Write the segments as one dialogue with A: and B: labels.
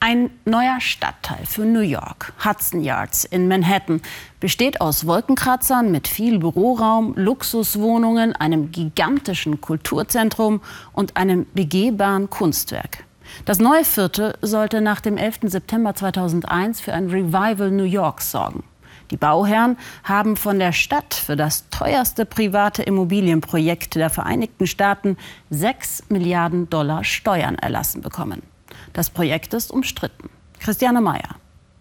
A: Ein neuer Stadtteil für New York, Hudson Yards in Manhattan, besteht aus Wolkenkratzern mit viel Büroraum, Luxuswohnungen, einem gigantischen Kulturzentrum und einem begehbaren Kunstwerk. Das neue Viertel sollte nach dem 11. September 2001 für ein Revival New Yorks sorgen. Die Bauherren haben von der Stadt für das teuerste private Immobilienprojekt der Vereinigten Staaten 6 Milliarden $ Steuern erlassen bekommen. Das Projekt ist umstritten. Christiane Meyer.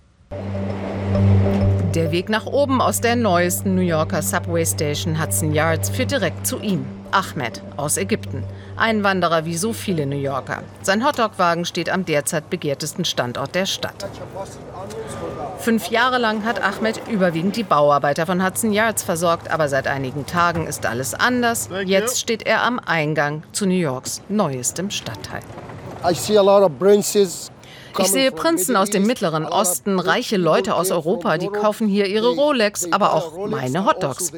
B: Der Weg nach oben aus der neuesten New Yorker Subway Station Hudson Yards führt direkt zu ihm. Ahmed aus Ägypten. Einwanderer wie so viele New Yorker. Sein Hotdog-Wagen steht am derzeit begehrtesten Standort der Stadt. 5 Jahre lang hat Ahmed überwiegend die Bauarbeiter von Hudson Yards versorgt. Aber seit einigen Tagen ist alles anders. Jetzt steht er am Eingang zu New Yorks neuestem Stadtteil. Ich sehe Prinzen aus dem Mittleren Osten, reiche Leute aus Europa, die kaufen hier ihre Rolex, aber auch meine Hotdogs.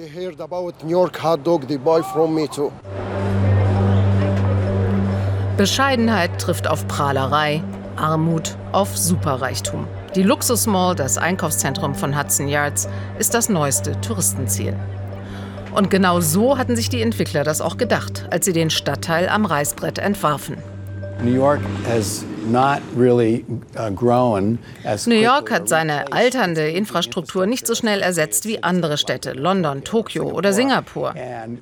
B: Bescheidenheit trifft auf Prahlerei, Armut auf Superreichtum. Die Luxus-Mall, das Einkaufszentrum von Hudson Yards, ist das neueste Touristenziel. Und genau so hatten sich die Entwickler das auch gedacht, als sie den Stadtteil am Reißbrett entwarfen.
C: New York
B: hat seine alternde Infrastruktur nicht so schnell ersetzt wie andere Städte, London, Tokio oder Singapur.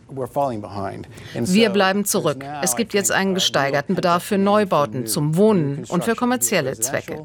B: Wir bleiben zurück. Es gibt jetzt einen gesteigerten Bedarf für Neubauten, zum Wohnen und für kommerzielle Zwecke.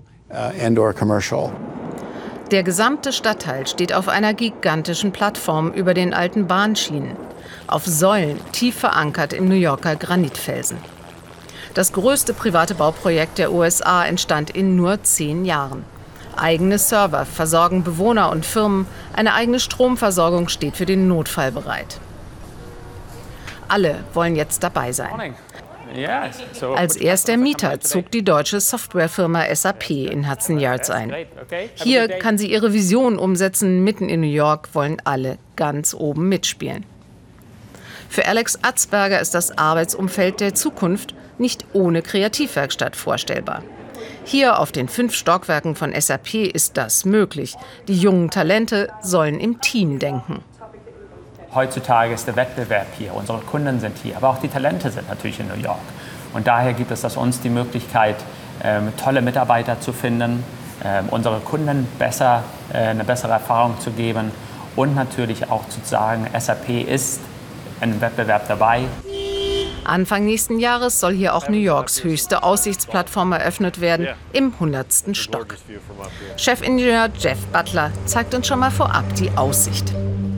B: Der gesamte Stadtteil steht auf einer gigantischen Plattform über den alten Bahnschienen, auf Säulen tief verankert im New Yorker Granitfelsen. Das größte private Bauprojekt der USA entstand in nur 10 Jahren. Eigene Server versorgen Bewohner und Firmen, eine eigene Stromversorgung steht für den Notfall bereit. Alle wollen jetzt dabei sein. Als erster Mieter zog die deutsche Softwarefirma SAP in Hudson Yards ein. Hier kann sie ihre Vision umsetzen, mitten in New York wollen alle ganz oben mitspielen. Für Alex Atzberger ist das Arbeitsumfeld der Zukunft nicht ohne Kreativwerkstatt vorstellbar. Hier auf den 5 Stockwerken von SAP ist das möglich. Die jungen Talente sollen im Team denken.
D: Heutzutage ist der Wettbewerb hier, unsere Kunden sind hier, aber auch die Talente sind natürlich in New York. Und daher gibt es uns die Möglichkeit, tolle Mitarbeiter zu finden, unsere Kunden eine bessere Erfahrung zu geben und natürlich auch zu sagen, SAP ist im Wettbewerb dabei.
B: Anfang nächsten Jahres soll hier auch New Yorks höchste Aussichtsplattform eröffnet werden, im 100. Stock. Chefingenieur Jeff Butler zeigt uns schon mal vorab die Aussicht.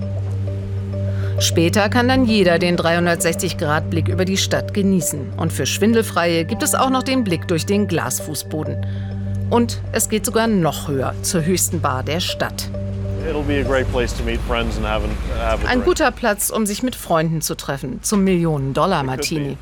B: Später kann dann jeder den 360-Grad-Blick über die Stadt genießen. Und für Schwindelfreie gibt es auch noch den Blick durch den Glasfußboden. Und es geht sogar noch höher, zur höchsten Bar der Stadt. Ein guter Platz, um sich mit Freunden zu treffen, zum Millionen-Dollar-Martini.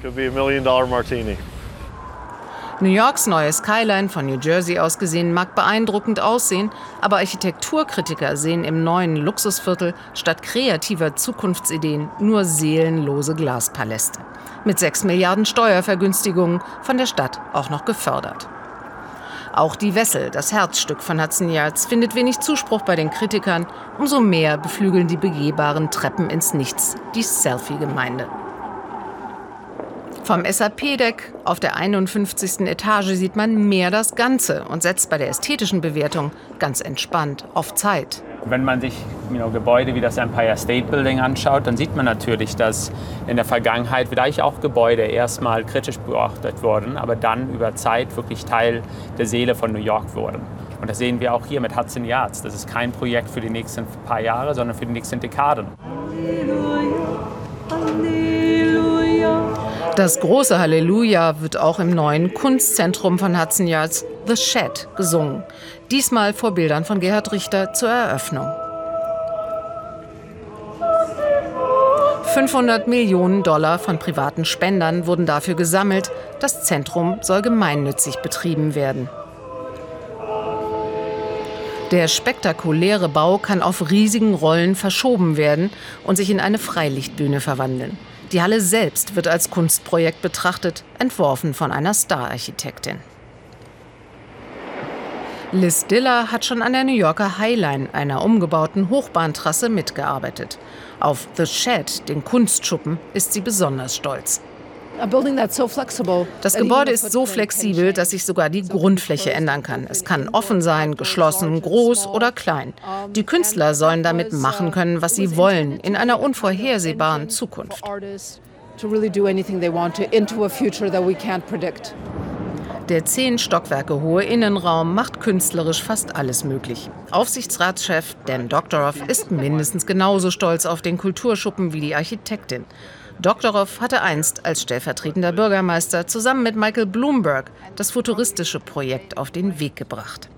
B: New Yorks neue Skyline, von New Jersey aus gesehen, mag beeindruckend aussehen, aber Architekturkritiker sehen im neuen Luxusviertel statt kreativer Zukunftsideen nur seelenlose Glaspaläste. Mit 6 Milliarden Steuervergünstigungen von der Stadt auch noch gefördert. Auch die Wessel, das Herzstück von Hudson Yards, findet wenig Zuspruch bei den Kritikern. Umso mehr beflügeln die begehbaren Treppen ins Nichts die Selfie-Gemeinde. Vom SAP-Deck auf der 51. Etage sieht man mehr das Ganze und setzt bei der ästhetischen Bewertung ganz entspannt auf Zeit.
D: Wenn man sich Gebäude wie das Empire State Building anschaut, dann sieht man natürlich, dass in der Vergangenheit vielleicht auch Gebäude erstmal kritisch beobachtet wurden, aber dann über Zeit wirklich Teil der Seele von New York wurden. Und das sehen wir auch hier mit Hudson Yards. Das ist kein Projekt für die nächsten paar Jahre, sondern für die nächsten Dekaden.
B: Das große Halleluja wird auch im neuen Kunstzentrum von Hudson Yards, The Shed, gesungen. Diesmal vor Bildern von Gerhard Richter zur Eröffnung. 500 Millionen $ von privaten Spendern wurden dafür gesammelt. Das Zentrum soll gemeinnützig betrieben werden. Der spektakuläre Bau kann auf riesigen Rollen verschoben werden und sich in eine Freilichtbühne verwandeln. Die Halle selbst wird als Kunstprojekt betrachtet, entworfen von einer Star-Architektin. Liz Diller hat schon an der New Yorker High Line, einer umgebauten Hochbahntrasse, mitgearbeitet. Auf The Shed, den Kunstschuppen, ist sie besonders stolz. Das Gebäude ist so flexibel, dass sich sogar die Grundfläche ändern kann. Es kann offen sein, geschlossen, groß oder klein. Die Künstler sollen damit machen können, was sie wollen, in einer unvorhersehbaren Zukunft. Der 10 Stockwerke hohe Innenraum macht künstlerisch fast alles möglich. Aufsichtsratschef Dan Doctorow ist mindestens genauso stolz auf den Kulturschuppen wie die Architektin. Doctorow hatte einst als stellvertretender Bürgermeister zusammen mit Michael Bloomberg das futuristische Projekt auf den Weg gebracht.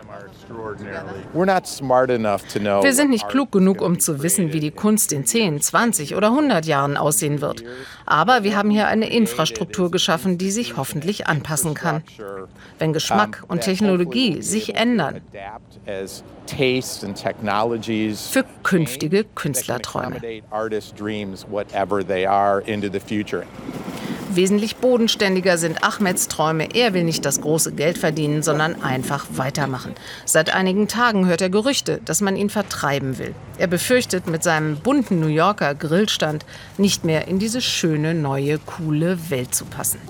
B: Wir sind nicht klug genug, um zu wissen, wie die Kunst in 10, 20 oder 100 Jahren aussehen wird. Aber wir haben hier eine Infrastruktur geschaffen, die sich hoffentlich anpassen kann. Wenn Geschmack und Technologie sich ändern. Für künftige Künstlerträume. Wesentlich bodenständiger sind Ahmeds Träume. Er will nicht das große Geld verdienen, sondern einfach weitermachen. Seit einigen Tagen hört er Gerüchte, dass man ihn vertreiben will. Er befürchtet, mit seinem bunten New Yorker Grillstand nicht mehr in diese schöne, neue, coole Welt zu passen.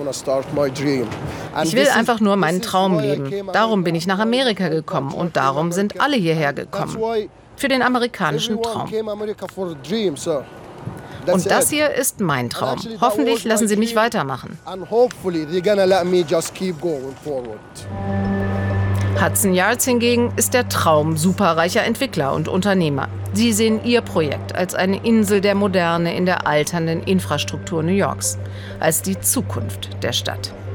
B: Ich will einfach nur meinen Traum leben. Darum bin ich nach Amerika gekommen und darum sind alle hierher gekommen. Für den amerikanischen Traum. Und das hier ist mein Traum. Hoffentlich lassen Sie mich weitermachen. Hudson Yards hingegen ist der Traum superreicher Entwickler und Unternehmer. Sie sehen ihr Projekt als eine Insel der Moderne in der alternden Infrastruktur New Yorks, als die Zukunft der Stadt.